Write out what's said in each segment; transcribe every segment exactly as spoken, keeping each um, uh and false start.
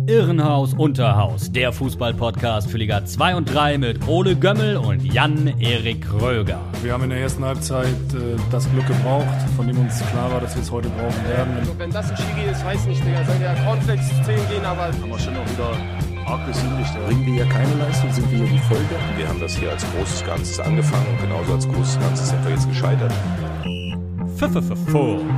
Irrenhaus Unterhaus, der Fußball-Podcast für Liga zwei und drei mit Ole Gömmel und Jan-Erik Röger. Wir haben in der ersten Halbzeit äh, das Glück gebraucht, von dem uns klar war, dass wir es heute brauchen werden. Also, wenn das ein Schiri ist, weiß nicht, Digga. Soll der Cornflakes zehn gehen, aber... Haben wir schon auch wieder arg gesündigt. Da bringen wir ja keine Leistung, sind wir hier die Folge. Wir haben das hier als großes Ganzes angefangen und genauso als großes Ganzes sind wir jetzt gescheitert. F-F-F-F.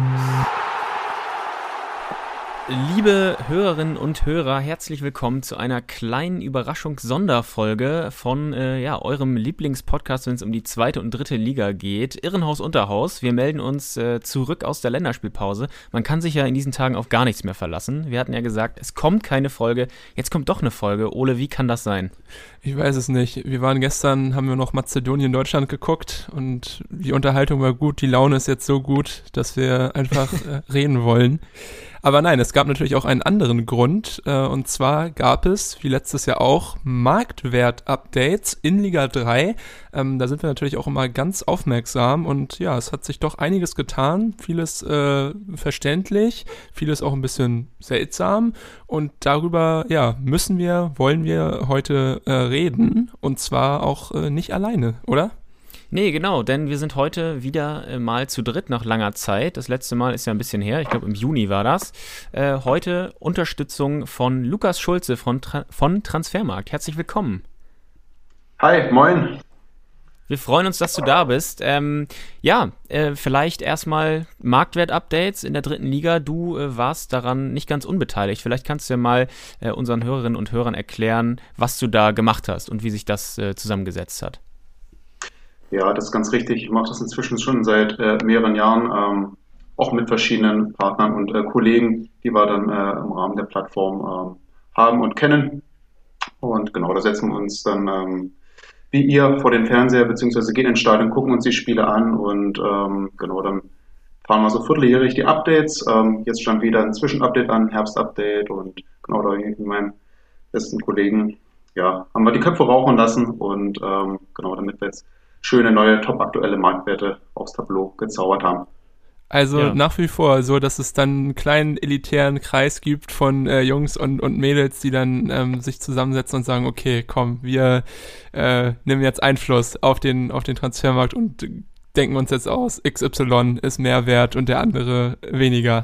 Liebe Hörerinnen und Hörer, herzlich willkommen zu einer kleinen Überraschungs-Sonderfolge von äh, ja, eurem Lieblingspodcast, wenn es um die zweite und dritte Liga geht. Irrenhaus Unterhaus. Wir melden uns äh, zurück aus der Länderspielpause. Man kann sich ja in diesen Tagen auf gar nichts mehr verlassen. Wir hatten ja gesagt, es kommt keine Folge. Jetzt kommt doch eine Folge. Ole, wie kann das sein? Ich weiß es nicht. Wir waren gestern, haben wir noch Mazedonien, Deutschland geguckt und die Unterhaltung war gut. Die Laune ist jetzt so gut, dass wir einfach äh, reden wollen. Aber nein, es gab natürlich auch einen anderen Grund, äh, und zwar gab es, wie letztes Jahr auch, Marktwert-Updates in Liga drei. Ähm, da sind wir natürlich auch immer ganz aufmerksam und ja, es hat sich doch einiges getan, vieles äh, verständlich, vieles auch ein bisschen seltsam und darüber, ja, müssen wir, wollen wir heute äh, reden und zwar auch äh, nicht alleine, oder? Nee, genau, denn wir sind heute wieder äh, mal zu dritt nach langer Zeit. Das letzte Mal ist ja ein bisschen her, ich glaube im Juni war das. Äh, heute Unterstützung von Lukas Schulze von, Tra- von Transfermarkt. Herzlich willkommen. Hi, moin. Wir freuen uns, dass du da bist. Ähm, ja, äh, vielleicht erstmal Marktwert-Updates in der dritten Liga. Du äh, warst daran nicht ganz unbeteiligt. Vielleicht kannst du ja mal äh, unseren Hörerinnen und Hörern erklären, was du da gemacht hast und wie sich das äh, zusammengesetzt hat. Ja, das ist ganz richtig. Ich mache das inzwischen schon seit äh, mehreren Jahren, ähm, auch mit verschiedenen Partnern und äh, Kollegen, die wir dann äh, im Rahmen der Plattform äh, haben und kennen. Und genau, da setzen wir uns dann ähm, wie ihr vor den Fernseher beziehungsweise gehen ins Stadion, gucken uns die Spiele an und ähm, genau, dann fahren wir so vierteljährig die Updates. Ähm, jetzt stand wieder ein Zwischenupdate an, Herbstupdate und genau da mit meinem besten Kollegen, ja, haben wir die Köpfe rauchen lassen und ähm, genau, damit wir jetzt schöne, neue, top-aktuelle Marktwerte aufs Tableau gezaubert haben. Also ja. Nach wie vor so, dass es dann einen kleinen elitären Kreis gibt von äh, Jungs und, und Mädels, die dann ähm, sich zusammensetzen und sagen, okay, komm, wir äh, nehmen jetzt Einfluss auf den, auf den Transfermarkt und denken uns jetzt aus, X Y ist mehr wert und der andere weniger.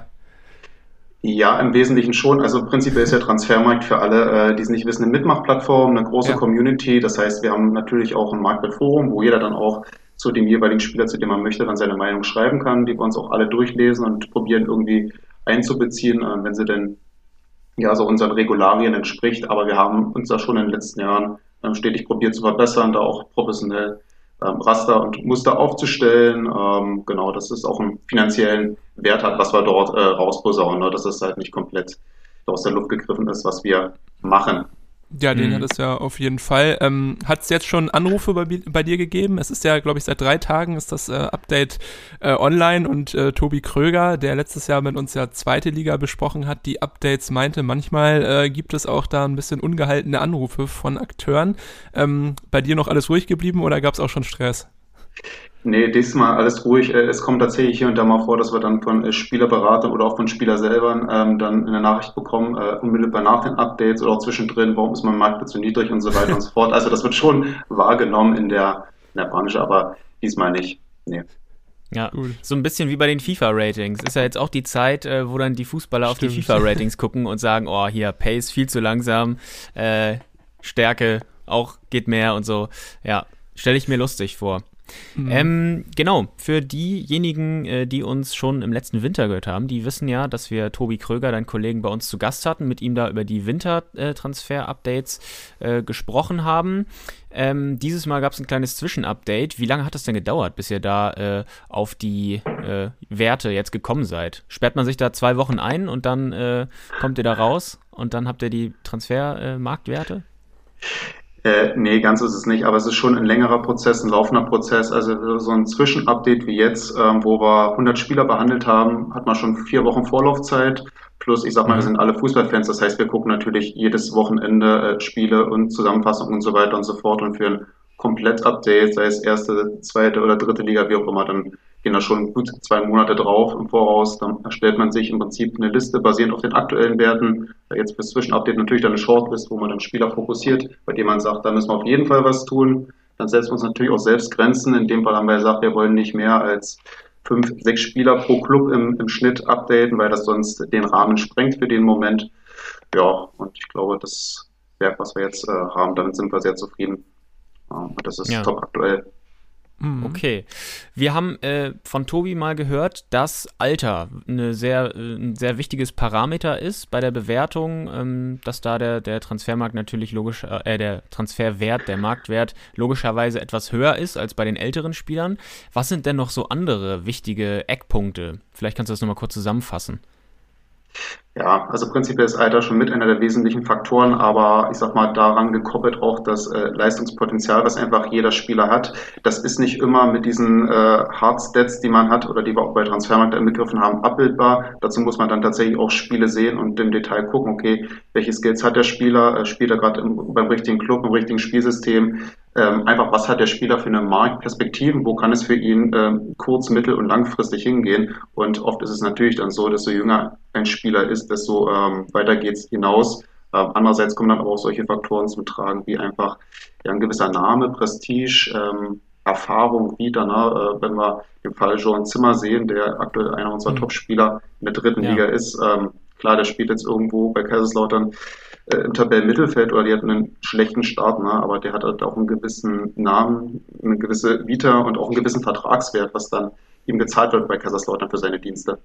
Ja, im Wesentlichen schon. Also prinzipiell ist der Transfermarkt für alle, äh, die es nicht wissen, eine Mitmachplattform, eine große Ja. Community. Das heißt, wir haben natürlich auch ein Marktwertforum, wo jeder dann auch zu dem jeweiligen Spieler, zu dem man möchte, dann seine Meinung schreiben kann, die wir uns auch alle durchlesen und probieren irgendwie einzubeziehen, äh, wenn sie denn ja so unseren Regularien entspricht. Aber wir haben uns da schon in den letzten Jahren ähm, stetig probiert zu verbessern, da auch professionell ähm, Raster und Muster aufzustellen. Ähm, genau, dass es auch einen finanziellen Wert hat, was wir dort äh, rausposaunen, ne? Dass es halt nicht komplett aus der Luft gegriffen ist, was wir machen. Ja, den Mhm. hat es ja auf jeden Fall. Ähm, hat es jetzt schon Anrufe bei, bei dir gegeben? Es ist ja, glaube ich, seit drei Tagen ist das äh, Update äh, online und äh, Tobi Kröger, der letztes Jahr mit uns ja zweite Liga besprochen hat, die Updates meinte, manchmal äh, gibt es auch da ein bisschen ungehaltene Anrufe von Akteuren. Ähm, bei dir noch alles ruhig geblieben oder gab es auch schon Stress? Nee, diesmal alles ruhig. Äh, Es kommt tatsächlich hier und da mal vor, dass wir dann von äh, Spielerberatern oder auch von Spieler selber ähm, dann eine Nachricht bekommen, äh, unmittelbar nach den Updates oder auch zwischendrin, warum ist mein Marktwert zu niedrig und so weiter und so fort. Also das wird schon wahrgenommen in der, in der Branche, aber diesmal nicht. Nee. Ja, Gut. so ein bisschen wie bei den FIFA-Ratings. Ist ja jetzt auch die Zeit, äh, wo dann die Fußballer auf die Stimmt. FIFA-Ratings gucken und sagen, oh, hier, Pace viel zu langsam, äh, Stärke auch geht mehr und so. Ja, stelle ich mir lustig vor. Mhm. Ähm, genau, für diejenigen, äh, die uns schon im letzten Winter gehört haben, die wissen ja, dass wir Tobi Kröger, deinen Kollegen, bei uns zu Gast hatten, mit ihm da über die Wintertransfer-Updates äh, gesprochen haben. Ähm, dieses Mal gab es ein kleines Zwischenupdate. Wie lange hat es denn gedauert, bis ihr da äh, auf die äh, Werte jetzt gekommen seid? Sperrt man sich da zwei Wochen ein und dann äh, kommt ihr da raus und dann habt ihr die Transfermarktwerte? Äh, nee, ganz ist es nicht, aber es ist schon ein längerer Prozess, ein laufender Prozess. Also so ein Zwischenupdate wie jetzt, ähm, wo wir hundert Spieler behandelt haben, hat man schon vier Wochen Vorlaufzeit. Plus, ich sag mal, wir sind alle Fußballfans, das heißt, wir gucken natürlich jedes Wochenende äh, Spiele und Zusammenfassungen und so weiter und so fort und für ein Komplett-Update, sei es erste, zweite oder dritte Liga, wie auch immer, dann gehen da schon gut zwei Monate drauf im Voraus. Dann erstellt man sich im Prinzip eine Liste basierend auf den aktuellen Werten. Jetzt fürs Zwischenupdate natürlich dann eine Shortlist, wo man dann Spieler fokussiert, bei dem man sagt, da müssen wir auf jeden Fall was tun. Dann setzen wir uns natürlich auch selbst Grenzen. In dem Fall haben wir gesagt, wir wollen nicht mehr als fünf, sechs Spieler pro Club im, im Schnitt updaten, weil das sonst den Rahmen sprengt für den Moment. Ja, und ich glaube, das Werk, was wir jetzt äh, haben, damit sind wir sehr zufrieden. Ja, und das ist ja top aktuell. Okay. Wir haben äh, von Tobi mal gehört, dass Alter eine sehr, äh, ein sehr wichtiges Parameter ist bei der Bewertung, ähm, dass da der, der Transfermarkt natürlich logisch, äh, der Transferwert, der Marktwert logischerweise etwas höher ist als bei den älteren Spielern. Was sind denn noch so andere wichtige Eckpunkte? Vielleicht kannst du das nochmal kurz zusammenfassen. Ja, also prinzipiell ist Alter schon mit einer der wesentlichen Faktoren, aber ich sag mal daran gekoppelt auch das äh, Leistungspotenzial, was einfach jeder Spieler hat. Das ist nicht immer mit diesen äh, Hardstats, die man hat oder die wir auch bei Transfermarkt inbegriffen haben, abbildbar. Dazu muss man dann tatsächlich auch Spiele sehen und im Detail gucken, okay, welche Skills hat der Spieler, äh, spielt er gerade beim richtigen Club, im richtigen Spielsystem. Ähm, einfach, was hat der Spieler für eine Marktperspektive, wo kann es für ihn ähm, kurz-, mittel- und langfristig hingehen. Und oft ist es natürlich dann so, desto jünger ein Spieler ist, desto ähm, weiter geht's hinaus. Ähm, andererseits kommen dann aber auch solche Faktoren zum Tragen, wie einfach ja, ein gewisser Name, Prestige, ähm, Erfahrung wieder. Ne? Äh, wenn wir den Fall Jean Zimmer sehen, der aktuell einer unserer mhm. Top-Spieler in der dritten ja. Liga ist. Ähm, klar, der spielt jetzt irgendwo bei Kaiserslautern äh, im Tabellenmittelfeld oder die hat einen schlechten Start, ne? Aber der hat halt auch einen gewissen Namen, eine gewisse Vita und auch einen gewissen Vertragswert, was dann ihm gezahlt wird bei Kaiserslautern für seine Dienste.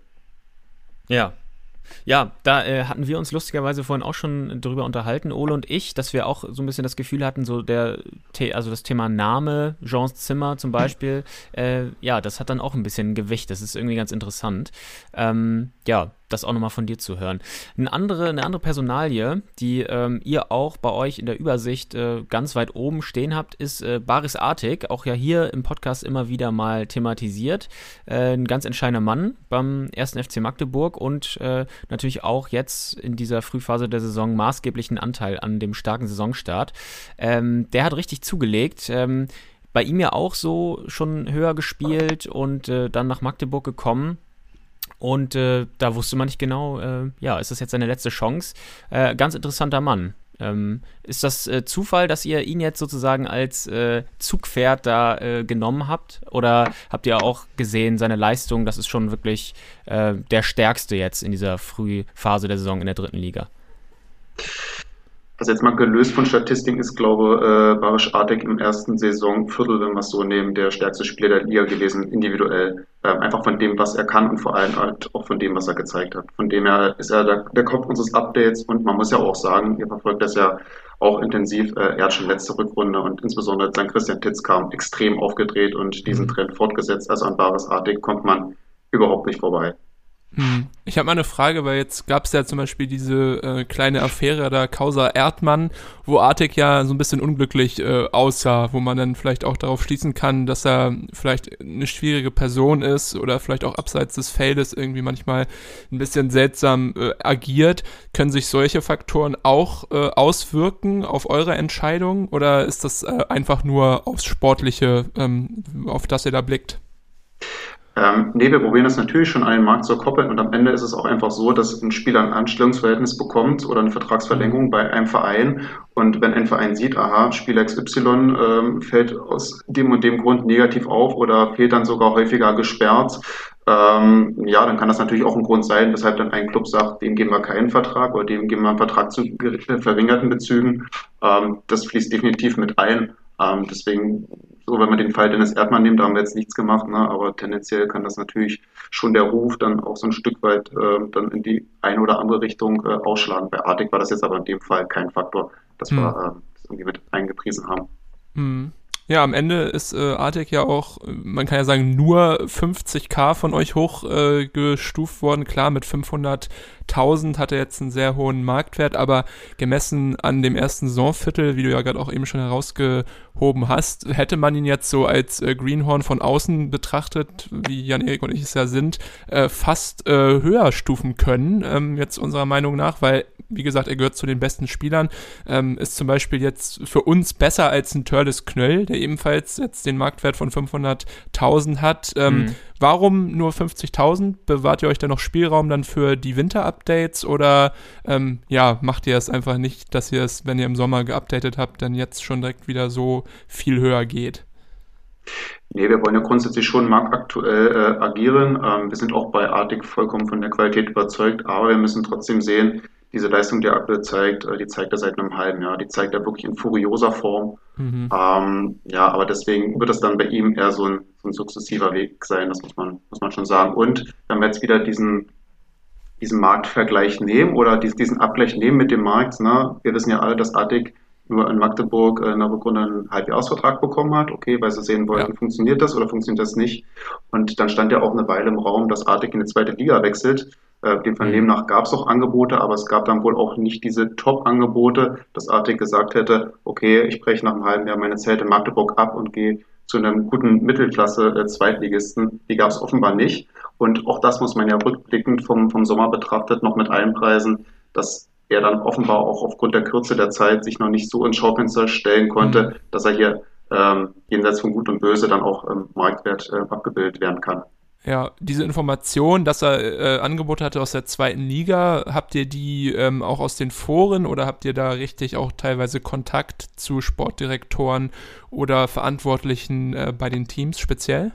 Ja. Ja, da äh, hatten wir uns lustigerweise vorhin auch schon drüber unterhalten, Ole und ich, dass wir auch so ein bisschen das Gefühl hatten, so der, also das Thema Name, Jean Zimmer zum Beispiel, äh, ja, das hat dann auch ein bisschen Gewicht, das ist irgendwie ganz interessant. Ähm, ja, das auch nochmal von dir zu hören. Eine andere, eine andere Personalie, die ähm, ihr auch bei euch in der Übersicht äh, ganz weit oben stehen habt, ist äh, Baris Artig, auch ja hier im Podcast immer wieder mal thematisiert. Äh, ein ganz entscheidender Mann beim ersten F C Magdeburg und äh, natürlich auch jetzt in dieser Frühphase der Saison maßgeblichen Anteil an dem starken Saisonstart. Ähm, der hat richtig zugelegt. Ähm, bei ihm ja auch so schon höher gespielt und äh, dann nach Magdeburg gekommen. Und äh, da wusste man nicht genau, äh, ja, ist das jetzt seine letzte Chance? Äh, ganz interessanter Mann. Ähm, ist das äh, Zufall, dass ihr ihn jetzt sozusagen als äh, Zugpferd da äh, genommen habt? Oder habt ihr auch gesehen, seine Leistung, das ist schon wirklich äh, der stärkste jetzt in dieser Frühphase der Saison in der dritten Liga? Also jetzt mal gelöst von Statistiken ist, glaube äh, Baris Artig im ersten Saisonviertel, wenn wir es so nehmen, der stärkste Spieler der Liga gewesen, individuell. Ähm, einfach von dem, was er kann und vor allem halt auch von dem, was er gezeigt hat. Von dem her ist er der, der Kopf unseres Updates und man muss ja auch sagen, ihr verfolgt das ja auch intensiv. Äh, er hat schon letzte Rückrunde und insbesondere als dann Christian Titz kam, extrem aufgedreht und diesen Trend fortgesetzt. Also an Baris Artig kommt man überhaupt nicht vorbei. Hm. Ich habe mal eine Frage, weil jetzt gab es ja zum Beispiel diese äh, kleine Affäre da, Causa Erdmann, wo Artig ja so ein bisschen unglücklich äh, aussah, wo man dann vielleicht auch darauf schließen kann, dass er vielleicht eine schwierige Person ist oder vielleicht auch abseits des Feldes irgendwie manchmal ein bisschen seltsam äh, agiert. Können sich solche Faktoren auch äh, auswirken auf eure Entscheidung oder ist das äh, einfach nur aufs Sportliche, ähm, auf das ihr da blickt? Ähm, nee, wir probieren das natürlich schon an den Markt zu koppeln und am Ende ist es auch einfach so, dass ein Spieler ein Anstellungsverhältnis bekommt oder eine Vertragsverlängerung bei einem Verein und wenn ein Verein sieht, aha, Spieler X Y ähm, fällt aus dem und dem Grund negativ auf oder fehlt dann sogar häufiger gesperrt, ähm, ja, dann kann das natürlich auch ein Grund sein, weshalb dann ein Club sagt, dem geben wir keinen Vertrag oder dem geben wir einen Vertrag zu verringerten Bezügen. Ähm, das fließt definitiv mit ein. Ähm, deswegen, so wenn man den Fall Dennis Erdmann nimmt, da haben wir jetzt nichts gemacht, ne? Aber tendenziell kann das natürlich schon der Ruf dann auch so ein Stück weit äh, dann in die eine oder andere Richtung äh, ausschlagen. Bei Artig war das jetzt aber in dem Fall kein Faktor, dass hm. wir äh, das irgendwie mit eingepriesen haben. Hm. Ja, am Ende ist äh, Artig ja auch, man kann ja sagen, nur fünfzigtausend von euch hochgestuft äh, worden. Klar, mit fünfhunderttausend hat er jetzt einen sehr hohen Marktwert, aber gemessen an dem ersten Saisonviertel, wie du ja gerade auch eben schon herausgehoben hast, hätte man ihn jetzt so als äh, Greenhorn von außen betrachtet, wie Jan-Erik und ich es ja sind, äh, fast äh, höher stufen können, ähm, jetzt unserer Meinung nach, weil, wie gesagt, er gehört zu den besten Spielern, ähm, ist zum Beispiel jetzt für uns besser als ein Törles Knöll, der ebenfalls jetzt den Marktwert von fünfhunderttausend hat. Ähm, mhm. warum nur fünfzigtausend? Bewahrt ihr euch da noch Spielraum dann für die Winter-Updates oder ähm, ja, macht ihr es einfach nicht, dass ihr es, wenn ihr im Sommer geupdatet habt, dann jetzt schon direkt wieder so viel höher geht? Nee, wir wollen ja grundsätzlich schon marktaktuell äh, agieren. Ähm, wir sind auch bei Arctic vollkommen von der Qualität überzeugt, aber wir müssen trotzdem sehen, diese Leistung, die er aktuell zeigt, äh, die zeigt er seit einem halben Jahr. Die zeigt er wirklich in furioser Form. Mhm. Ähm, ja, aber deswegen wird es dann bei ihm eher so ein, so ein sukzessiver Weg sein, das muss man, muss man schon sagen. Und wenn wir jetzt wieder diesen, diesen Marktvergleich nehmen oder dies- diesen Abgleich nehmen mit dem Markt, ne, wir wissen ja alle, dass Arctic nur in Magdeburg äh, in der Rückrunde einen Halbjahresvertrag bekommen hat, okay, weil sie sehen wollten, Ja. funktioniert das oder funktioniert das nicht. Und dann stand ja auch eine Weile im Raum, dass Arctic in die zweite Liga wechselt. Äh, dem Vernehmen nach gab es auch Angebote, aber es gab dann wohl auch nicht diese Top-Angebote, dass Arctic gesagt hätte, okay, ich breche nach einem halben Jahr meine Zeit in Magdeburg ab und gehe zu einem guten Mittelklasse-Zweitligisten. Die gab es offenbar nicht. Und auch das muss man ja rückblickend vom, vom Sommer betrachtet noch mit einpreisen, dass er dann offenbar auch aufgrund der Kürze der Zeit sich noch nicht so ins Schaufenster stellen konnte, Mhm. dass er hier ähm, jenseits von Gut und Böse dann auch im Marktwert äh, abgebildet werden kann. Ja, diese Information, dass er äh, Angebote hatte aus der zweiten Liga, habt ihr die ähm, auch aus den Foren oder habt ihr da richtig auch teilweise Kontakt zu Sportdirektoren oder Verantwortlichen äh, bei den Teams speziell?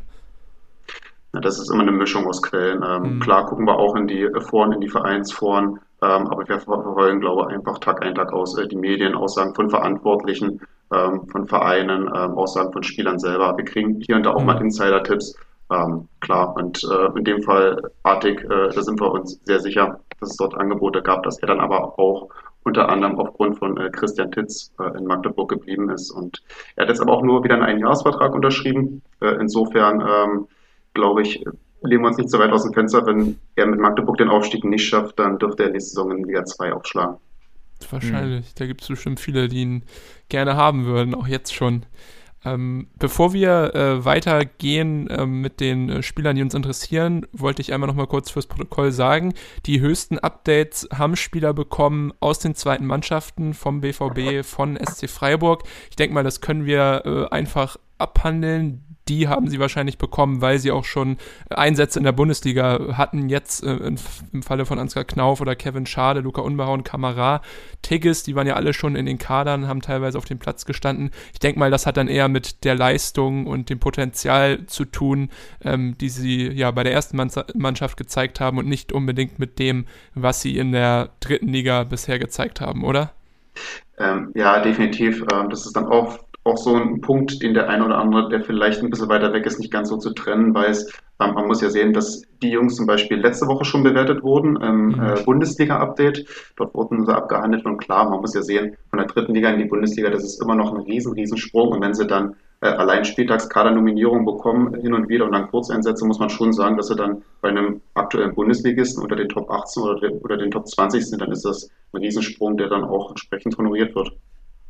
Ja, das ist immer eine Mischung aus Quellen. Ähm, Mhm. Klar gucken wir auch in die äh, Foren, in die Vereinsforen, ähm, aber wir ver- verfolgen, glaube ich, einfach Tag ein, Tag aus äh, die Medien, Aussagen von Verantwortlichen, ähm, von Vereinen, ähm, Aussagen von Spielern selber. Wir kriegen hier und da auch Mhm. mal Insider-Tipps. Ähm, klar, und äh, in dem Fall Arctic, äh, da sind wir uns sehr sicher, dass es dort Angebote gab, dass er dann aber auch unter anderem aufgrund von äh, Christian Titz äh, in Magdeburg geblieben ist. Und er hat jetzt aber auch nur wieder einen Einjahresvertrag unterschrieben. Äh, insofern ähm, glaube ich, lehnen wir uns nicht so weit aus dem Fenster. Wenn er mit Magdeburg den Aufstieg nicht schafft, dann dürfte er nächste Saison in Liga zwei aufschlagen. Wahrscheinlich. Da gibt es bestimmt viele, die ihn gerne haben würden, auch jetzt schon. Ähm, bevor wir äh, weitergehen ähm, mit den äh, Spielern, die uns interessieren, wollte ich einmal noch mal kurz fürs Protokoll sagen, die höchsten Updates haben Spieler bekommen aus den zweiten Mannschaften vom B V B, von S C Freiburg. Ich denke mal, das können wir äh, einfach abhandeln. Die haben sie wahrscheinlich bekommen, weil sie auch schon Einsätze in der Bundesliga hatten. Jetzt äh, im, im Falle von Ansgar Knauf oder Kevin Schade, Luca Unbehauen, Kamara, Tigges, die waren ja alle schon in den Kadern, haben teilweise auf dem Platz gestanden. Ich denke mal, das hat dann eher mit der Leistung und dem Potenzial zu tun, ähm, die sie ja bei der ersten Mannschaft gezeigt haben und nicht unbedingt mit dem, was sie in der dritten Liga bisher gezeigt haben, oder? Ähm, ja, definitiv. Ähm, das ist dann auch, auch so ein Punkt, den der eine oder andere, der vielleicht ein bisschen weiter weg ist, nicht ganz so zu trennen weiß. Ähm, man muss ja sehen, dass die Jungs zum Beispiel letzte Woche schon bewertet wurden im Mhm. äh, Bundesliga-Update. Dort wurden sie abgehandelt und klar, man muss ja sehen, von der dritten Liga in die Bundesliga, das ist immer noch ein riesen, riesen Sprung. Und wenn sie dann äh, allein Spieltagskader-Nominierung bekommen, hin und wieder und dann Kurzeinsätze, muss man schon sagen, dass sie dann bei einem aktuellen Bundesligisten unter den Top achtzehn oder, den, oder den Top zwanzig sind, dann ist das ein Riesensprung, der dann auch entsprechend honoriert wird.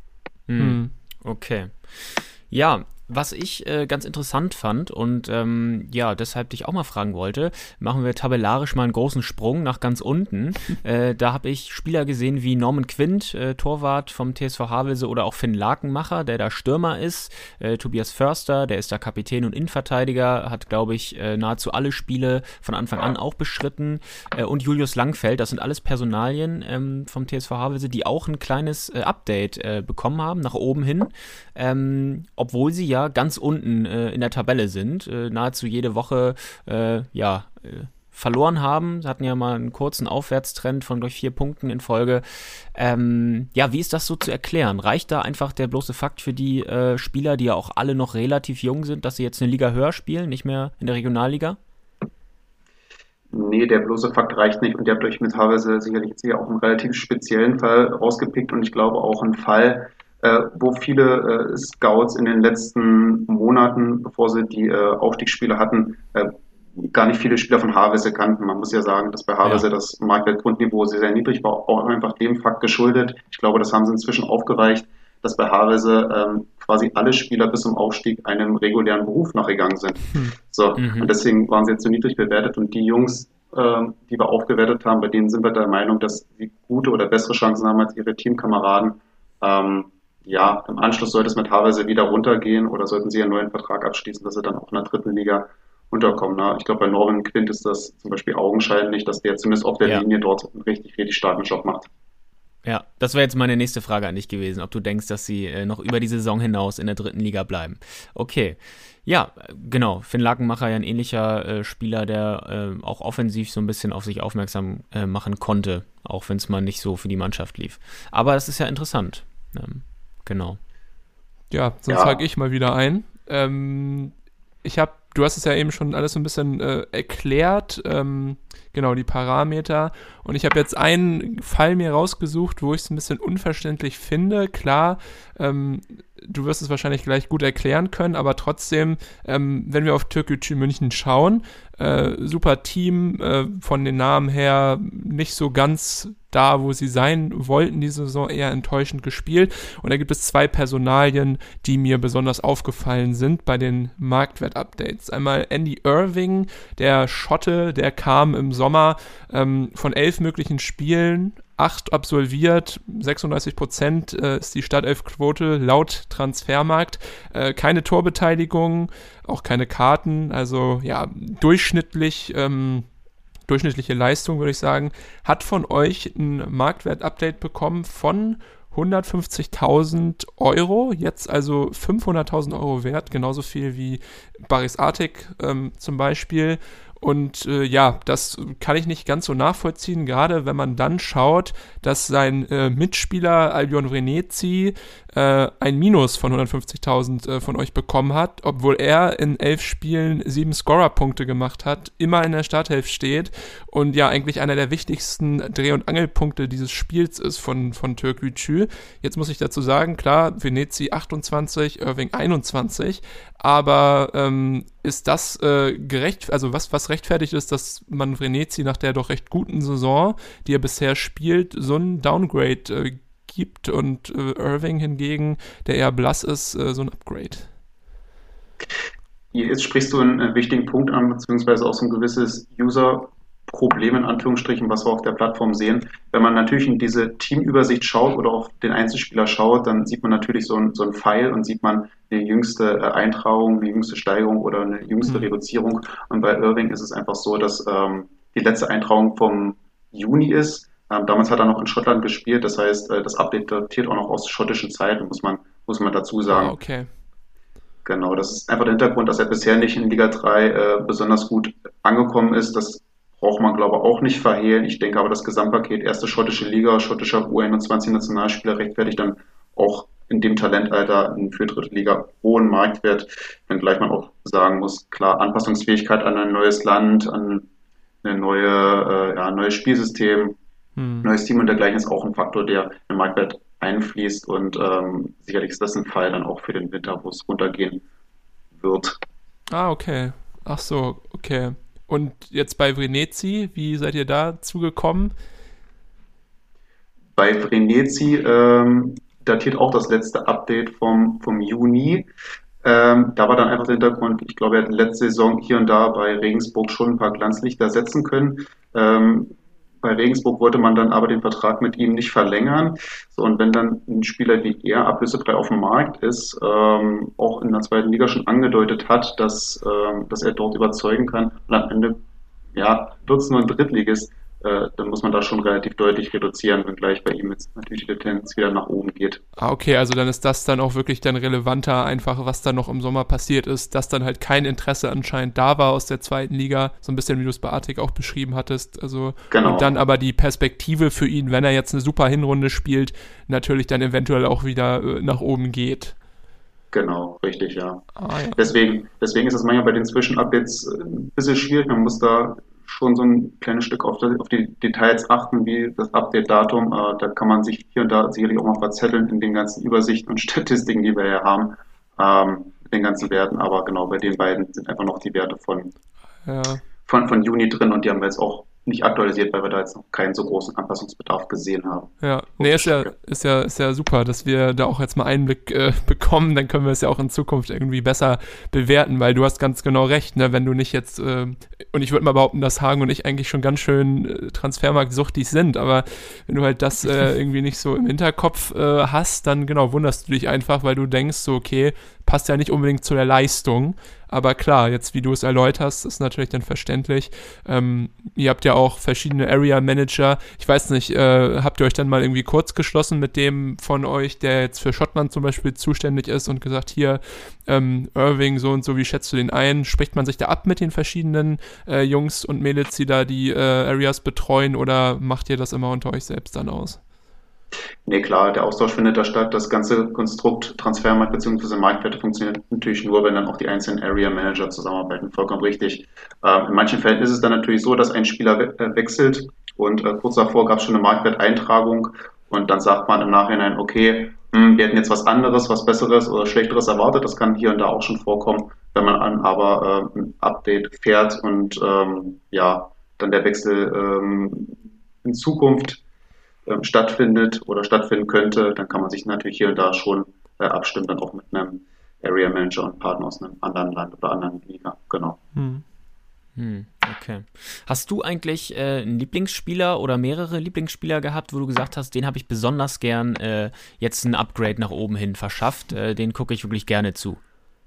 Mhm. Okay. Ja, was ich äh, ganz interessant fand und ähm, ja, deshalb dich auch mal fragen wollte, machen wir tabellarisch mal einen großen Sprung nach ganz unten. äh, da habe ich Spieler gesehen wie Norman Quint, äh, Torwart vom T S V Havelse, oder auch Finn Lakenmacher, der da Stürmer ist. Äh, Tobias Förster, der ist da Kapitän und Innenverteidiger, hat, glaube ich, äh, nahezu alle Spiele von Anfang an auch bestritten. Äh, und Julius Langfeld, das sind alles Personalien ähm, vom T S V Havelse, die auch ein kleines äh, Update äh, bekommen haben, nach oben hin. Ähm, obwohl sie ja ganz unten äh, in der Tabelle sind, äh, nahezu jede Woche äh, ja, äh, verloren haben. Sie hatten ja mal einen kurzen Aufwärtstrend von durch vier Punkten in Folge. Ähm, ja, wie ist das so zu erklären? Reicht da einfach der bloße Fakt für die äh, Spieler, die ja auch alle noch relativ jung sind, dass sie jetzt eine Liga höher spielen, nicht mehr in der Regionalliga? Nee, der bloße Fakt reicht nicht und ihr habt euch mit Havelse sicherlich jetzt hier auch einen relativ speziellen Fall rausgepickt und ich glaube auch einen Fall, äh, wo viele äh, Scouts in den letzten Monaten, bevor sie die äh, Aufstiegsspiele hatten, äh, gar nicht viele Spieler von Havelse kannten. Man muss ja sagen, dass bei Havelse Ja. das Marktwertgrundniveau sehr, sehr niedrig war, auch einfach dem Fakt geschuldet. Ich glaube, das haben sie inzwischen aufgeweicht, dass bei Havelse ähm, quasi alle Spieler bis zum Aufstieg einem regulären Beruf nachgegangen sind. Hm. So, Mhm. und deswegen waren sie jetzt so niedrig bewertet und die Jungs, ähm, die wir aufgewertet haben, bei denen sind wir der Meinung, dass sie gute oder bessere Chancen haben als ihre Teamkameraden. Ähm, ja, im Anschluss sollte es mit Havelse wieder runtergehen oder sollten sie einen neuen Vertrag abschließen, dass sie dann auch in der dritten Liga unterkommen. Ne? Ich glaube, bei Norman Quint ist das zum Beispiel augenscheinlich, dass der zumindest auf der Ja. Linie dort einen richtig, richtig starken Job macht. Ja, das wäre jetzt meine nächste Frage an dich gewesen, ob du denkst, dass sie äh, noch über die Saison hinaus in der dritten Liga bleiben. Okay, ja, genau. Finn Lakenmacher ja ein ähnlicher äh, Spieler, der äh, auch offensiv so ein bisschen auf sich aufmerksam äh, machen konnte, auch wenn es mal nicht so für die Mannschaft lief. Aber das ist ja interessant. Ähm, genau. Ja, sonst Ja. hake ich mal wieder ein. Ähm, ich habe, du hast es ja eben schon alles so ein bisschen äh, erklärt, ähm, genau, die Parameter. Und ich habe jetzt einen Fall mir rausgesucht, wo ich es ein bisschen unverständlich finde. Klar, ähm, du wirst es wahrscheinlich gleich gut erklären können, aber trotzdem, ähm, wenn wir auf Türkgücü München schauen, äh, super Team, äh, von den Namen her nicht so ganz da, wo sie sein wollten, diese Saison eher enttäuschend gespielt. Und da gibt es zwei Personalien, die mir besonders aufgefallen sind bei den Marktwert-Updates. Einmal Andy Irving, der Schotte, der kam im Sommer ähm, von elf möglichen Spielen, acht absolviert, sechsunddreißig Prozent äh, ist die Startelf-Quote laut Transfermarkt. Äh, keine Torbeteiligung, auch keine Karten, also ja, durchschnittlich, ähm, durchschnittliche Leistung, würde ich sagen. Hat von euch ein Marktwert-Update bekommen von hundertfünfzigtausend Euro, jetzt also fünfhunderttausend Euro wert, genauso viel wie Baris Artik ähm, zum Beispiel. Und äh, ja, das kann ich nicht ganz so nachvollziehen, gerade wenn man dann schaut, dass sein äh, Mitspieler Albion Vrenetzi äh, ein Minus von hundertfünfzigtausend äh, von euch bekommen hat, obwohl er in elf Spielen sieben Scorer-Punkte gemacht hat, immer in der Startelf steht und ja eigentlich einer der wichtigsten Dreh- und Angelpunkte dieses Spiels ist von, von Türkgücü. Jetzt muss ich dazu sagen, klar, Vrenetzi achtundzwanzig, Irving einundzwanzig, aber ähm, ist das äh, gerecht, also was, was rechtfertigt ist, dass man Vrenetzi nach der doch recht guten Saison, die er bisher spielt, so ein Downgrade äh, gibt und äh, Irving hingegen, der eher blass ist, äh, so ein Upgrade? Jetzt sprichst du einen äh, wichtigen Punkt an, beziehungsweise auch so ein gewisses User-Problem in Anführungsstrichen, was wir auf der Plattform sehen. Wenn man natürlich in diese Teamübersicht schaut oder auf den Einzelspieler schaut, dann sieht man natürlich so ein, so ein Pfeil und sieht man die jüngste äh, Eintragung, die jüngste Steigerung oder eine jüngste Mhm. Reduzierung. Und bei Irving ist es einfach so, dass ähm, die letzte Eintragung vom Juni ist. Ähm, damals hat er noch in Schottland gespielt, das heißt, äh, das Update datiert auch noch aus schottischen Zeiten, muss man, muss man dazu sagen. Ah, okay. Genau, das ist einfach der Hintergrund, dass er bisher nicht in Liga drei äh, besonders gut angekommen ist. Das braucht man, glaube ich, auch nicht verhehlen. Ich denke aber, das Gesamtpaket erste schottische Liga, schottischer U einundzwanzig-Nationalspieler rechtfertigt dann auch in dem Talentalter einen für dritte Liga hohen Marktwert, wenngleich man auch sagen muss, klar, Anpassungsfähigkeit an ein neues Land, an eine neue, äh, ja, ein neues Spielsystem, Hm. neues Team und dergleichen ist auch ein Faktor, der in den Marktwert einfließt und ähm, sicherlich ist das ein Fall dann auch für den Winter, wo es runtergehen wird. Ah, okay. Ach so, okay. Und jetzt bei Vrenetzi, wie seid ihr da zugekommen? Bei Vrenetzi ähm, datiert auch das letzte Update vom, vom Juni. Ähm, da war dann einfach der Hintergrund, ich glaube, er hat letzte Saison hier und da bei Regensburg schon ein paar Glanzlichter setzen können. Ähm, bei Regensburg wollte man dann aber den Vertrag mit ihm nicht verlängern. So, und wenn dann ein Spieler wie er ablösefrei auf dem Markt ist, ähm, auch in der zweiten Liga schon angedeutet hat, dass, ähm, dass er dort überzeugen kann und am Ende ja, wird es nur ein Drittligist, äh, dann muss man da schon relativ deutlich reduzieren, wenngleich bei ihm jetzt natürlich die Tendenz wieder nach oben geht. Ah, okay, also dann ist das dann auch wirklich dann relevanter, einfach was da noch im Sommer passiert ist, dass dann halt kein Interesse anscheinend da war aus der zweiten Liga, so ein bisschen wie du es bei Artik auch beschrieben hattest, also Genau. und dann aber die Perspektive für ihn, wenn er jetzt eine super Hinrunde spielt, natürlich dann eventuell auch wieder äh, nach oben geht. Genau, richtig, ja. Ah, ja. Deswegen, deswegen ist es manchmal bei den Zwischenupdates ein bisschen schwierig. Man muss da schon so ein kleines Stück auf die, auf die Details achten, wie das Update-Datum. Äh, da kann man sich hier und da sicherlich auch mal verzetteln in den ganzen Übersichten und Statistiken, die wir ja haben, ähm, mit den ganzen Werten. Aber genau, bei den beiden sind einfach noch die Werte von, Ja. von, von Juni drin und die haben wir jetzt auch nicht aktualisiert, weil wir da jetzt noch keinen so großen Anpassungsbedarf gesehen haben. Ja, nee, ist ja, ist ja, ist ja super, dass wir da auch jetzt mal Einblick äh, bekommen, dann können wir es ja auch in Zukunft irgendwie besser bewerten, weil du hast ganz genau recht, ne, wenn du nicht jetzt, äh, und ich würde mal behaupten, dass Hagen und ich eigentlich schon ganz schön äh, Transfermarkt-suchtig sind, aber wenn du halt das äh, irgendwie nicht so im Hinterkopf äh, hast, dann genau, wunderst du dich einfach, weil du denkst so, okay, passt ja nicht unbedingt zu der Leistung. Aber klar, jetzt wie du es erläuterst, ist natürlich dann verständlich. Ähm, ihr habt ja auch verschiedene Area-Manager. Ich weiß nicht, äh, habt ihr euch dann mal irgendwie kurz geschlossen mit dem von euch, der jetzt für Schottland zum Beispiel zuständig ist und gesagt, hier, ähm, Irving, so und so, wie schätzt du den ein? Spricht man sich da ab mit den verschiedenen äh, Jungs und Mädels, die da die äh, Areas betreuen, oder macht ihr das immer unter euch selbst dann aus? Nee, klar, der Austausch findet da statt. Das ganze Konstrukt Transfermarkt bzw. Marktwerte funktioniert natürlich nur, wenn dann auch die einzelnen Area Manager zusammenarbeiten. Vollkommen richtig. Ähm, in manchen Fällen ist es dann natürlich so, dass ein Spieler we äh, wechselt und äh, kurz davor gab es schon eine Marktwerteintragung und dann sagt man im Nachhinein, okay, mh, wir hätten jetzt was anderes, was Besseres oder Schlechteres erwartet. Das kann hier und da auch schon vorkommen, wenn man an aber äh, ein Update fährt und ähm, ja, dann der Wechsel ähm, in Zukunft stattfindet oder stattfinden könnte, dann kann man sich natürlich hier und da schon äh, abstimmen, dann auch mit einem Area Manager und Partner aus einem anderen Land oder anderen Liga, genau. Hm. Hm, okay. Hast du eigentlich äh, einen Lieblingsspieler oder mehrere Lieblingsspieler gehabt, wo du gesagt hast, den habe ich besonders gern äh, jetzt ein Upgrade nach oben hin verschafft, äh, den gucke ich wirklich gerne zu?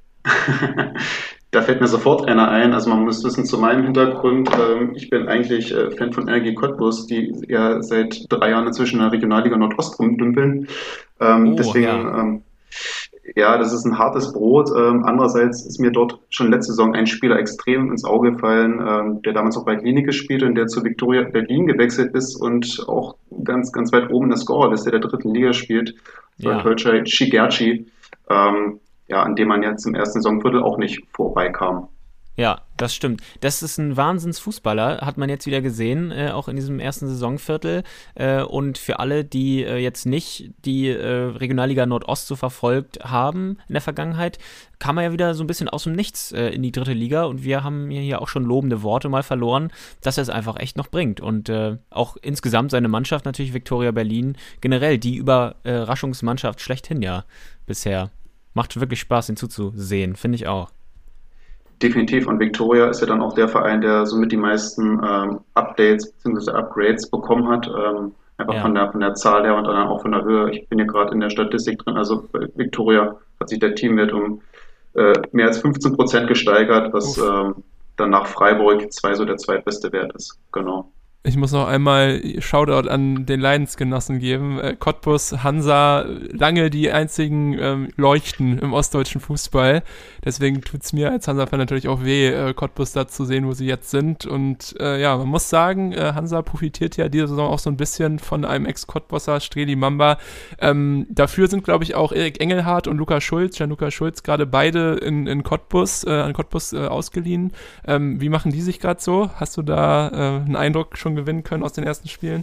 Da fällt mir sofort einer ein. Also man muss wissen, zu meinem Hintergrund, ähm, ich bin eigentlich äh, Fan von Energie Cottbus, die ja seit drei Jahren inzwischen in der Regionalliga Nordost rumdümpeln. Ähm, Oh, deswegen, ja. ähm, ja, das ist ein hartes Brot. Ähm, andererseits ist mir dort schon letzte Saison ein Spieler extrem ins Auge gefallen, ähm, der damals auch bei Klinik gespielt und der zu Viktoria Berlin gewechselt ist und auch ganz, ganz weit oben in der Scorerliste der dritten Liga spielt. So Ja. ein Deutscher Shigerchi. Ähm, ja, an dem man jetzt im ersten Saisonviertel auch nicht vorbeikam. Ja, das stimmt. Das ist ein Wahnsinnsfußballer, hat man jetzt wieder gesehen, äh, auch in diesem ersten Saisonviertel. Äh, und für alle, die äh, jetzt nicht die äh, Regionalliga Nordost so verfolgt haben in der Vergangenheit, kam er ja wieder so ein bisschen aus dem Nichts äh, in die dritte Liga. Und wir haben hier auch schon lobende Worte mal verloren, dass er es einfach echt noch bringt. Und äh, auch insgesamt seine Mannschaft, natürlich Viktoria Berlin, generell die Überraschungsmannschaft schlechthin ja bisher. Macht wirklich Spaß, ihn zuzusehen, finde ich auch. Definitiv. Und Viktoria ist ja dann auch der Verein, der somit die meisten ähm, Updates bzw. Upgrades bekommen hat. Ähm, einfach Ja. von der, von der Zahl her und dann auch von der Höhe. Ich bin hier gerade in der Statistik drin. Also bei Viktoria hat sich der Teamwert um äh, mehr als fünfzehn Prozent gesteigert, was ähm, dann nach Freiburg zwei so der zweitbeste Wert ist. Genau. Ich muss noch einmal Shoutout an den Leidensgenossen geben. Äh, Cottbus, Hansa, lange die einzigen ähm, Leuchten im ostdeutschen Fußball. Deswegen tut's mir als Hansa-Fan natürlich auch weh, äh, Cottbus da zu sehen, wo sie jetzt sind. Und äh, ja, man muss sagen, äh, Hansa profitiert ja diese Saison auch so ein bisschen von einem Ex-Cottbusser, Streli Mamba. Ähm, dafür sind, glaube ich, auch Erik Engelhardt und Luca Schulz, Gianluca Schulz, gerade beide in, in Cottbus, äh, an Cottbus äh, ausgeliehen. Ähm, wie machen die sich gerade so? Hast du da äh, einen Eindruck schon gewinnen können aus den ersten Spielen?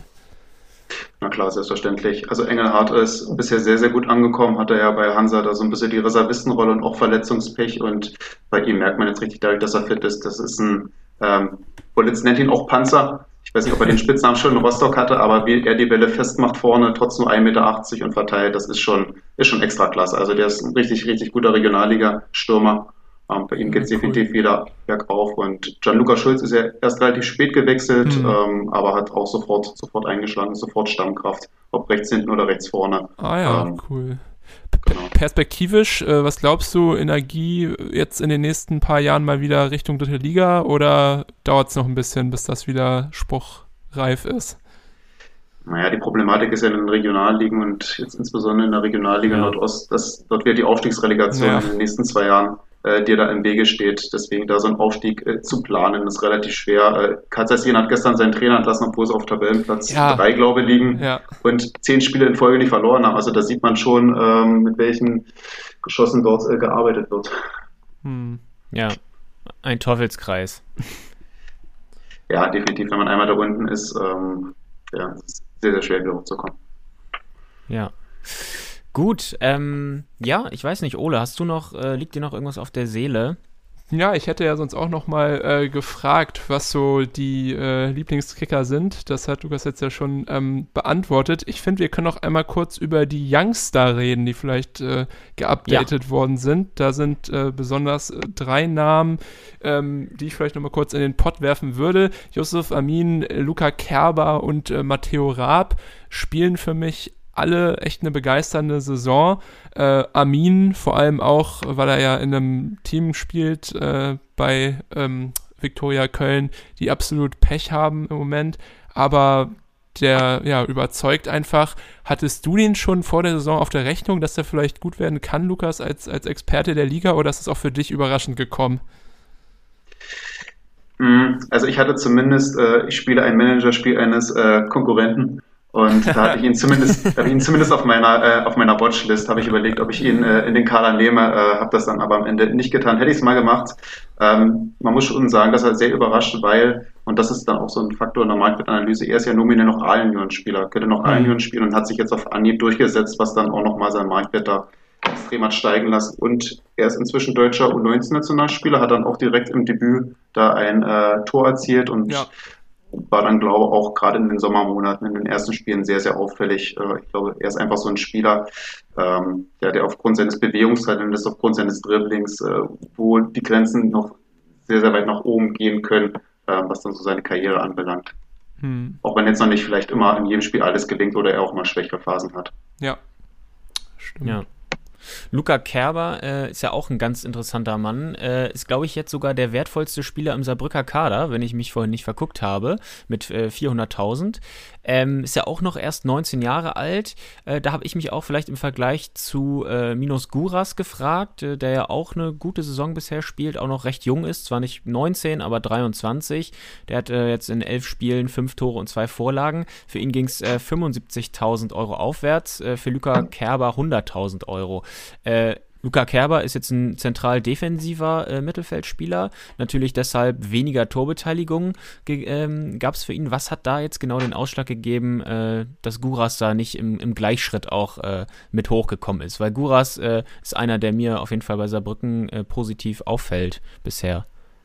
Na klar, selbstverständlich. Also Engelhardt ist bisher sehr, sehr gut angekommen, hatte ja bei Hansa da so ein bisschen die Reservistenrolle und auch Verletzungspech und bei ihm merkt man jetzt richtig dadurch, dass er fit ist. Das ist ein, ähm, Bolitz nennt ihn auch Panzer. Ich weiß nicht, ob er den Spitznamen schon in Rostock hatte, aber wie er die Bälle festmacht vorne, trotz nur ein Meter achtzig und verteilt, das ist schon, ist schon extra klasse. Also der ist ein richtig, richtig guter Regionalliga-Stürmer. Ähm, bei ihm geht es Ja, cool. definitiv wieder bergauf und Gianluca Schulz ist ja erst relativ spät gewechselt, Mhm. ähm, aber hat auch sofort, sofort eingeschlagen, ist sofort Stammkraft, ob rechts hinten oder rechts vorne. Ah ja, Ähm, cool. P- genau. Perspektivisch, äh, was glaubst du, Energie jetzt in den nächsten paar Jahren mal wieder Richtung dritte Liga oder dauert es noch ein bisschen, bis das wieder spruchreif ist? Naja, die Problematik ist ja in den Regionalligen und jetzt insbesondere in der Regionalliga Ja. Nordost, dass dort wird die Aufstiegsrelegation Ja. in den nächsten zwei Jahren, äh, die da im Wege steht. Deswegen da so ein Aufstieg äh, zu planen, ist relativ schwer. Äh, Katzersin hat gestern seinen Trainer entlassen, obwohl sie auf Tabellenplatz Ja. drei, glaube ich, liegen Ja, und zehn Spiele in Folge nicht verloren haben. Also da sieht man schon, ähm, mit welchen Geschossen dort äh, gearbeitet wird. hm. Ja, ein Teufelskreis. Ja, definitiv, wenn man einmal da unten ist, ähm, ja, es ist sehr, sehr schwer, wieder hochzukommen. Ja. Gut, ähm, ja, ich weiß nicht, Ole, hast du noch, äh, liegt dir noch irgendwas auf der Seele? Ja, ich hätte ja sonst auch noch mal äh, gefragt, was so die äh, Lieblingskicker sind. Das hat Lukas jetzt ja schon ähm, beantwortet. Ich finde, wir können noch einmal kurz über die Youngster reden, die vielleicht äh, geupdatet worden sind. Da sind äh, besonders äh, drei Namen, ähm, die ich vielleicht noch mal kurz in den Pott werfen würde. Yusuf Amin, äh, Luca Kerber und äh, Matteo Raab spielen für mich alle echt eine begeisternde Saison. Äh, Amin vor allem auch, weil er ja in einem Team spielt äh, bei ähm, Viktoria Köln, die absolut Pech haben im Moment, aber der ja überzeugt einfach. Hattest du den schon vor der Saison auf der Rechnung, dass der vielleicht gut werden kann, Lukas, als, als Experte der Liga, oder ist es auch für dich überraschend gekommen? Also ich hatte zumindest, äh, ich spiele ein Managerspiel eines äh, Konkurrenten und da hatte ich ihn zumindest, da habe ich ihn zumindest auf meiner äh, auf meiner Watchlist, habe ich überlegt, ob ich ihn äh, in den Kader nehme, äh, habe das dann aber am Ende nicht getan. Hätte ich es mal gemacht. Ähm, man muss schon sagen, dass er sehr überrascht, weil, und das ist dann auch so ein Faktor in der Marktwertanalyse, er ist ja nominell noch A-Junioren-Spieler, könnte noch A-Junioren spielen und hat sich jetzt auf Anhieb durchgesetzt, was dann auch nochmal seinen Marktwert da extrem hat steigen lassen. Und er ist inzwischen deutscher U neunzehn-Nationalspieler, hat dann auch direkt im Debüt da ein äh, Tor erzielt und ja. war dann, glaube ich, auch gerade in den Sommermonaten, in den ersten Spielen sehr, sehr auffällig. Äh, ich glaube, er ist einfach so ein Spieler, ähm, der, der aufgrund seines Bewegungstalents, aufgrund seines Dribblings, äh, wo die Grenzen noch sehr, sehr weit nach oben gehen können, äh, was dann so seine Karriere anbelangt. Hm. Auch wenn jetzt noch nicht vielleicht immer in jedem Spiel alles gelingt oder er auch mal schwächere Phasen hat. Ja, stimmt. Ja. Luca Kerber äh, ist ja auch ein ganz interessanter Mann, äh, ist, glaube ich, jetzt sogar der wertvollste Spieler im Saarbrücker Kader, wenn ich mich vorhin nicht verguckt habe, mit äh, vierhunderttausend. Ähm, ist ja auch noch erst neunzehn Jahre alt. Äh, da habe ich mich auch vielleicht im Vergleich zu äh, Minos Guras gefragt, äh, der ja auch eine gute Saison bisher spielt, auch noch recht jung ist, zwar nicht neunzehn, aber dreiundzwanzig. Der hat äh, jetzt in elf Spielen fünf Tore und zwei Vorlagen. Für ihn ging es äh, fünfundsiebzigtausend Euro aufwärts, äh, für Luca Kerber hunderttausend Euro. Äh, Luca Kerber ist jetzt ein zentral defensiver äh, Mittelfeldspieler, natürlich deshalb weniger Torbeteiligung ge- ähm, gab es für ihn. Was hat da jetzt genau den Ausschlag gegeben, äh, dass Guras da nicht im, im Gleichschritt auch äh, mit hochgekommen ist? Weil Guras äh, ist einer, der mir auf jeden Fall bei Saarbrücken äh, positiv auffällt bisher.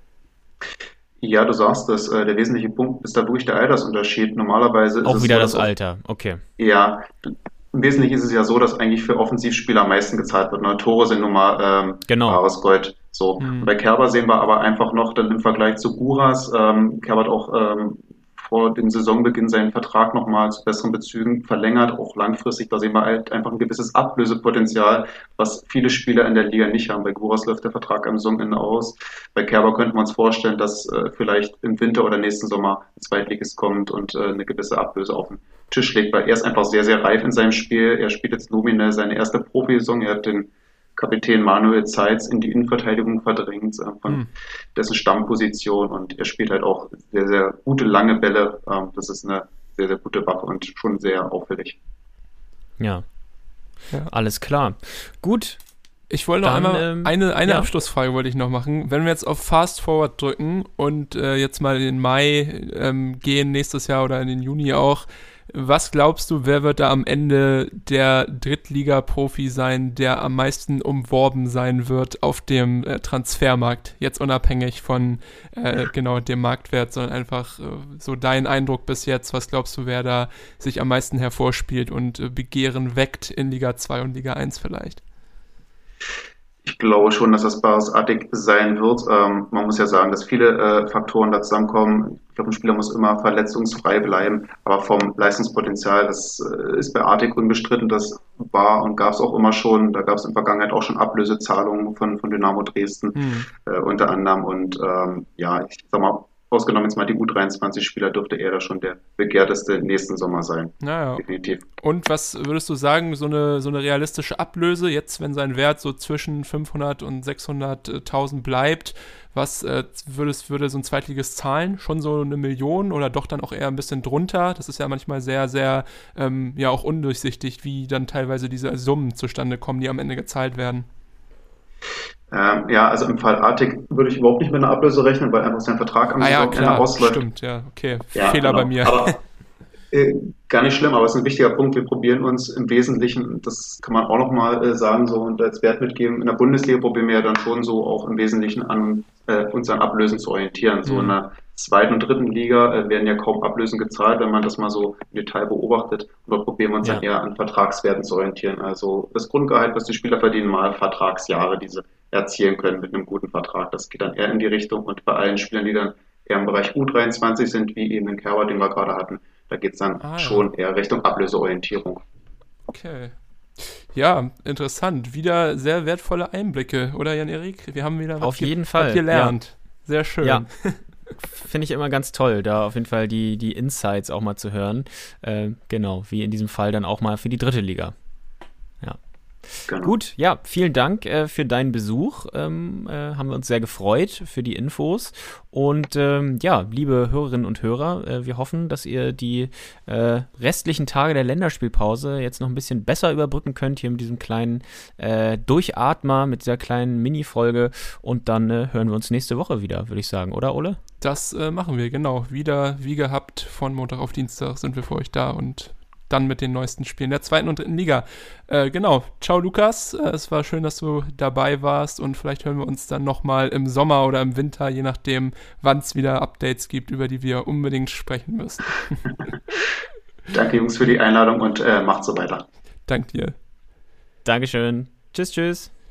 Ja, du sagst das, äh, der wesentliche Punkt ist da wirklich der Altersunterschied. Normalerweise ist auch es wieder so, das dass Alter, okay. Ja, im Wesentlichen ist es ja so, dass eigentlich für Offensivspieler am meisten gezahlt wird. Ne? Tore sind nun mal ähm, genau. bares Gold. So. Mhm. Und bei Kerber sehen wir aber einfach noch dann im Vergleich zu Guras, ähm, Kerber hat auch ähm, vor dem Saisonbeginn seinen Vertrag nochmal zu besseren Bezügen verlängert, auch langfristig. Da sehen wir halt einfach ein gewisses Ablösepotenzial, was viele Spieler in der Liga nicht haben. Bei Guras läuft der Vertrag am Saisonende aus. Bei Kerber könnte man uns vorstellen, dass äh, vielleicht im Winter oder nächsten Sommer ein Zweitligist kommt und äh, eine gewisse Ablöse auf den Tisch legt, weil er ist einfach sehr, sehr reif in seinem Spiel. Er spielt jetzt nominell seine erste Profisaison. Er hat den Kapitän Manuel Zeitz in die Innenverteidigung verdrängt, äh, von mhm. dessen Stammposition, und er spielt halt auch sehr, sehr gute lange Bälle. Ähm, das ist eine sehr, sehr gute Waffe und schon sehr auffällig. Ja, ja. Alles klar. Gut. Ich wollte noch Dann, einmal, ähm, eine, eine ja. Abschlussfrage wollte ich noch machen. Wenn wir jetzt auf Fast Forward drücken und äh, jetzt mal in den Mai ähm, gehen, nächstes Jahr oder in den Juni auch, was glaubst du, wer wird da am Ende der Drittliga-Profi sein, der am meisten umworben sein wird auf dem äh, Transfermarkt? Jetzt unabhängig von äh, genau dem Marktwert, sondern einfach äh, so dein Eindruck bis jetzt. Was glaubst du, wer da sich am meisten hervorspielt und äh, Begehren weckt in Liga zwei und Liga eins vielleicht? Ich glaube schon, dass das basartig sein wird. Ähm, man muss ja sagen, dass viele äh, Faktoren da zusammenkommen. Ich glaube, ein Spieler muss immer verletzungsfrei bleiben, aber vom Leistungspotenzial, das äh, ist bei Artig unbestritten. Das war und gab es auch immer schon. Da gab es in der Vergangenheit auch schon Ablösezahlungen von, von Dynamo Dresden mhm. äh, unter anderem. Und ähm, ja, ich sag mal, ausgenommen jetzt mal die U dreiundzwanzig-Spieler, dürfte er da schon der begehrteste nächsten Sommer sein. Naja. Definitiv. Und was würdest du sagen, so eine, so eine realistische Ablöse, jetzt wenn sein Wert so zwischen fünfhundert und sechshunderttausend bleibt, was äh, würdest, würde so ein Zweitliges zahlen? Schon so eine Million oder doch dann auch eher ein bisschen drunter? Das ist ja manchmal sehr, sehr ähm, ja auch undurchsichtig, wie dann teilweise diese Summen zustande kommen, die am Ende gezahlt werden. Ähm, ja, also im Fall Artig würde ich überhaupt nicht mit einer Ablöse rechnen, weil einfach sein Vertrag am ah, ja, Saisonende klar, ausläuft. Stimmt, ja, okay. Ja, Fehler genau. bei mir. Aber, äh, gar nicht schlimm, aber es ist ein wichtiger Punkt. Wir probieren uns im Wesentlichen, das kann man auch nochmal äh, sagen, so und als Wert mitgeben, in der Bundesliga probieren wir ja dann schon so auch im Wesentlichen an äh, uns an Ablösen zu orientieren. So mhm. in der zweiten und dritten Liga äh, werden ja kaum Ablösen gezahlt, wenn man das mal so im Detail beobachtet. Und dort probieren wir uns ja. dann eher an Vertragswerten zu orientieren. Also das Grundgehalt, was die Spieler verdienen, mal Vertragsjahre, diese erzielen können mit einem guten Vertrag. Das geht dann eher in die Richtung, und bei allen Spielern, die dann eher im Bereich U dreiundzwanzig sind, wie eben den Kerber, den wir gerade hatten, da geht es dann ah, ja. schon eher Richtung Ablöseorientierung. Okay. Ja, interessant. Wieder sehr wertvolle Einblicke, oder Jan-Erik? Wir haben wieder was auf ge- jeden Fall was gelernt. Ja. Sehr schön. Ja. Finde ich immer ganz toll, da auf jeden Fall die, die Insights auch mal zu hören. Äh, genau, wie in diesem Fall dann auch mal für die dritte Liga. Ja. Genau. Gut, ja, vielen Dank äh, für deinen Besuch. Ähm, äh, haben wir uns sehr gefreut für die Infos. Und ähm, ja, liebe Hörerinnen und Hörer, äh, wir hoffen, dass ihr die äh, restlichen Tage der Länderspielpause jetzt noch ein bisschen besser überbrücken könnt, hier mit diesem kleinen äh, Durchatmer, mit dieser kleinen Mini-Folge. Und dann äh, hören wir uns nächste Woche wieder, würde ich sagen, oder Ole? Das äh, machen wir, genau. Wieder, wie gehabt, von Montag auf Dienstag sind wir für euch da und dann mit den neuesten Spielen der zweiten und dritten Liga. Äh, genau. Ciao, Lukas. Äh, es war schön, dass du dabei warst und vielleicht hören wir uns dann nochmal im Sommer oder im Winter, je nachdem, wann es wieder Updates gibt, über die wir unbedingt sprechen müssen. Danke, Jungs, für die Einladung und äh, macht so weiter. Dank dir. Dankeschön. Tschüss, tschüss.